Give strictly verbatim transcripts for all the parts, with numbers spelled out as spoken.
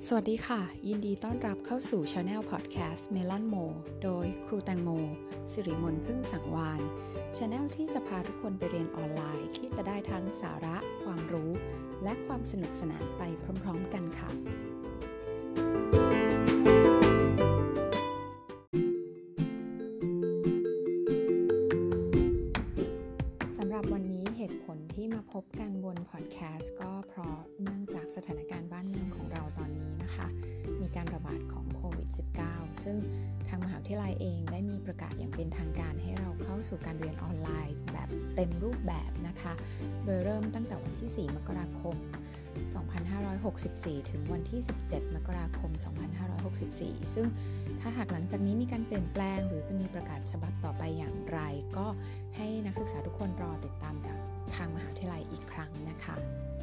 สวัสดีค่ะยินดีต้อนรับเข้าสู่ Channel Podcast Melon Mo โดยครูแตงโมสิริมนพึ่งสังวาล Channel ที่จะพาทุกคนไปเรียนออนไลน์ที่จะได้ทั้งสาระความรู้และความสนุกสนานไปพร้อมๆกันค่ะสำหรับวันนี้เหตุผลที่มาพบกันบนพอดแคสต์ก็เพราะเนื่องจากสถานการณ์บ้านเมืองของเราตอนนี้นะคะมีการระบาดของโควิด สิบเก้า ซึ่งทางมหาวิทยาลัยเองได้มีประกาศอย่างเป็นทางการให้เราเข้าสู่การเรียนออนไลน์แบบเต็มรูปแบบนะคะโดยเริ่มตั้งแต่วันที่สี่มกราคมสองพันห้าร้อยหกสิบสี่ถึงวันที่สิบเจ็ดมกราคมสองพันห้าร้อยหกสิบสี่ซึ่งถ้าหากหลังจากนี้มีการเปลี่ยนแปลงหรือจะมีประกาศฉบับต่อไปอย่างไรก็ให้นักศึกษาทุกคนรอติดตามจากทางมหาวิทยาลัยอีกครั้งนะคะ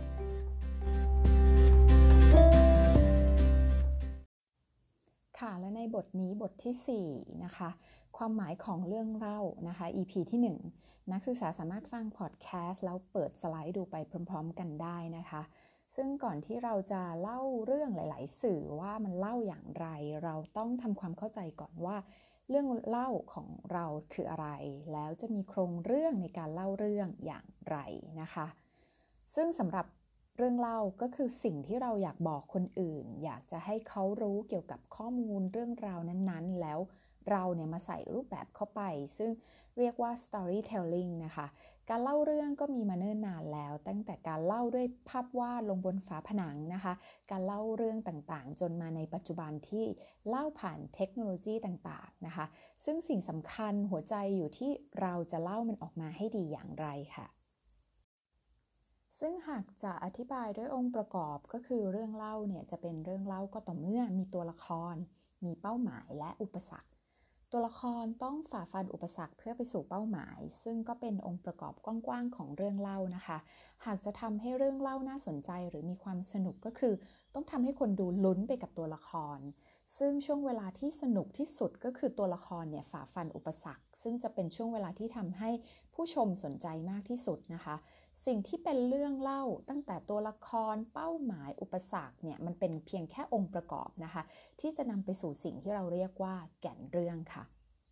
ค่ะและในบทนี้บทที่สี่นะคะความหมายของเรื่องเล่านะคะ อี พี ที่หนึ่งนักศึกษาสามารถฟังพอดแคสต์แล้วเปิดสไลด์ดูไปพร้อมๆกันได้นะคะซึ่งก่อนที่เราจะเล่าเรื่องหลายๆสื่อว่ามันเล่าอย่างไรเราต้องทำความเข้าใจก่อนว่าเรื่องเล่าของเราคืออะไรแล้วจะมีโครงเรื่องในการเล่าเรื่องอย่างไรนะคะซึ่งสำหรับเรื่องเล่าก็คือสิ่งที่เราอยากบอกคนอื่นอยากจะให้เขารู้เกี่ยวกับข้อมูลเรื่องราวนั้นๆแล้วเราเนี่ยมาใส่รูปแบบเข้าไปซึ่งเรียกว่า storytelling นะคะการเล่าเรื่องก็มีมาเนิ่นนานแล้วตั้งแต่การเล่าด้วยภาพวาดลงบนฝาผนังนะคะการเล่าเรื่องต่างๆจนมาในปัจจุบันที่เล่าผ่านเทคโนโลยีต่างๆนะคะซึ่งสิ่งสำคัญหัวใจอยู่ที่เราจะเล่ามันออกมาให้ดีอย่างไรค่ะซึ่งหากจะอธิบายด้วยองค์ประกอบก็คือเรื่องเล่าเนี่ยจะเป็นเรื่องเล่าก็ต่อเมื่อมีตัวละครมีเป้าหมายและอุปสรรคตัวละครต้องฝ่าฟันอุปสรรคเพื่อไปสู่เป้าหมายซึ่งก็เป็นองค์ประกอบกว้างๆของเรื่องเล่านะคะหากจะทำให้เรื่องเล่าน่าสนใจหรือมีความสนุกก็คือต้องทำให้คนดูลุ้นไปกับตัวละครซึ่งช่วงเวลาที่สนุกที่สุดก็คือตัวละครเนี่ยฝ่าฟันอุปสรรคซึ่งจะเป็นช่วงเวลาที่ทำให้ผู้ชมสนใจมากที่สุดนะคะสิ่งที่เป็นเรื่องเล่าตั้งแต่ตัวละครเป้าหมายอุปสรรคเนี่ยมันเป็นเพียงแค่องค์ประกอบนะคะที่จะนำไปสู่สิ่งที่เราเรียกว่าแก่นเรื่องค่ะ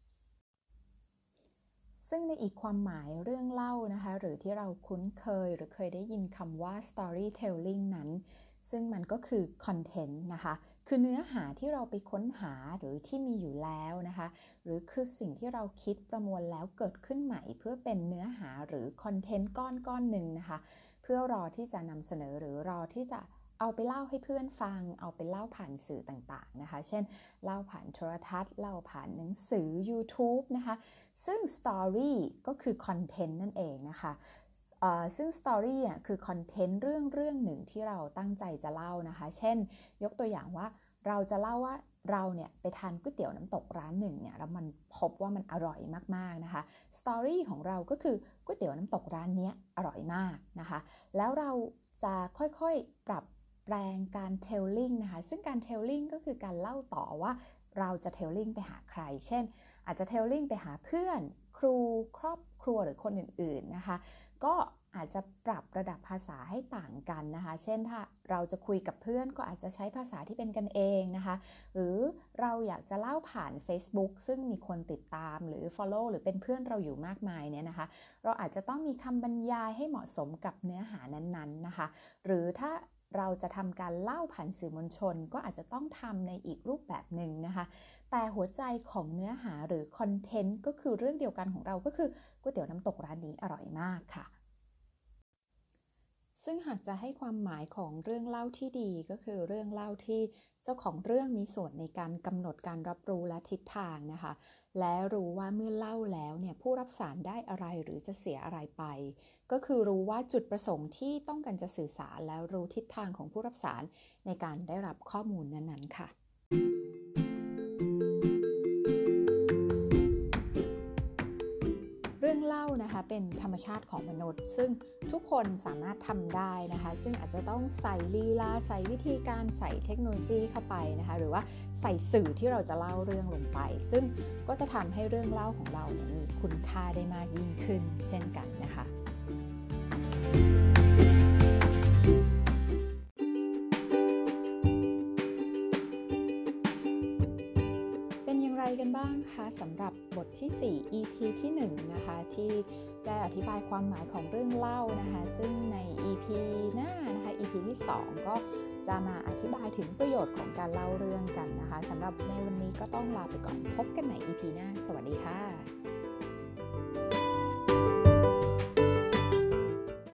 ซึ่งในอีกความหมายเรื่องเล่านะคะหรือที่เราคุ้นเคยหรือเคยได้ยินคำว่า storytelling นั้นซึ่งมันก็คือ content นะคะคือเนื้อหาที่เราไปค้นหาหรือที่มีอยู่แล้วนะคะหรือคือสิ่งที่เราคิดประมวลแล้วเกิดขึ้นใหม่เพื่อเป็นเนื้อหาหรือคอนเทนต์ก้อนก้อนหนึ่งนะคะเพื่อรอที่จะนำเสนอหรือรอที่จะเอาไปเล่าให้เพื่อนฟังเอาไปเล่าผ่านสื่อต่างๆนะคะเช่นเล่าผ่านโทรทัศน์เล่าผ่านหนังสือ YouTube นะคะซึ่ง Story ก็คือคอนเทนต์นั่นเองนะคะซึ่ง Story อ่ะคือคอนเทนต์เรื่องเรื่องหนึ่งที่เราตั้งใจจะเล่านะคะเช่นยกตัวอย่างว่าเราจะเล่าว่าเราเนี่ยไปทานก๋วยเตี๋ยวน้ำตกร้านหนึ่งเนี่ยแล้วมันพบว่ามันอร่อยมากๆนะคะสตอรี่ของเราก็คือก๋วยเตี๋ยวน้ำตกร้านนี้อร่อยมากนะคะแล้วเราจะค่อยๆปรับแปลงการเทลลิ่งนะคะซึ่งการเทลลิ่งก็คือการเล่าต่อว่าเราจะเทลลิ่งไปหาใครเช่นอาจจะเทลลิ่งไปหาเพื่อนครูครอบครัวหรือคนอื่นๆนะคะก็อาจจะปรับระดับภาษาให้ต่างกันนะคะเช่นถ้าเราจะคุยกับเพื่อนก็อาจจะใช้ภาษาที่เป็นกันเองนะคะหรือเราอยากจะเล่าผ่าน Facebook ซึ่งมีคนติดตามหรือ follow หรือเป็นเพื่อนเราอยู่มากมายเนี่ยนะคะเราอาจจะต้องมีคำบรรยายให้เหมาะสมกับเนื้อหานั้นๆนะคะหรือถ้าเราจะทำการเล่าผ่านสื่อมวลชนก็อาจจะต้องทำในอีกรูปแบบหนึ่งนะคะแต่หัวใจของเนื้อหาหรือคอนเทนต์ก็คือเรื่องเดียวกันของเราก็คือก๋วยเตี๋ยวน้ำตกร้านนี้อร่อยมากค่ะซึ่งหากจะให้ความหมายของเรื่องเล่าที่ดีก็คือเรื่องเล่าที่เจ้าของเรื่องมีส่วนในการกำหนดการรับรู้และทิศทางนะคะและรู้ว่าเมื่อเล่าแล้วเนี่ยผู้รับสารได้อะไรหรือจะเสียอะไรไปก็คือรู้ว่าจุดประสงค์ที่ต้องการจะสื่อสารแล้วรู้ทิศทางของผู้รับสารในการได้รับข้อมูลนั้นๆค่ะเรื่องเล่านะคะเป็นธรรมชาติของมนุษย์ซึ่งทุกคนสามารถทำได้นะคะซึ่งอาจจะต้องใส่ลีลาใส่วิธีการใส่เทคโนโลยีเข้าไปนะคะหรือว่าใส่สื่อที่เราจะเล่าเรื่องลงไปซึ่งก็จะทำให้เรื่องเล่าของเราเนี่ยมีคุณค่าได้มากยิ่งขึ้นเช่นกันนะคะกันบ้างคะสำหรับบทที่สี่ อี พี ที่หนึ่งนะคะที่ได้อธิบายความหมายของเรื่องเล่านะคะซึ่งใน อี พี หน้านะคะ อี พี ที่สองก็จะมาอธิบายถึงประโยชน์ของการเล่าเรื่องกันนะคะสำหรับในวันนี้ก็ต้องลาไปก่อนพบกันใหม่ อี พี หน้าสวัสดีค่ะ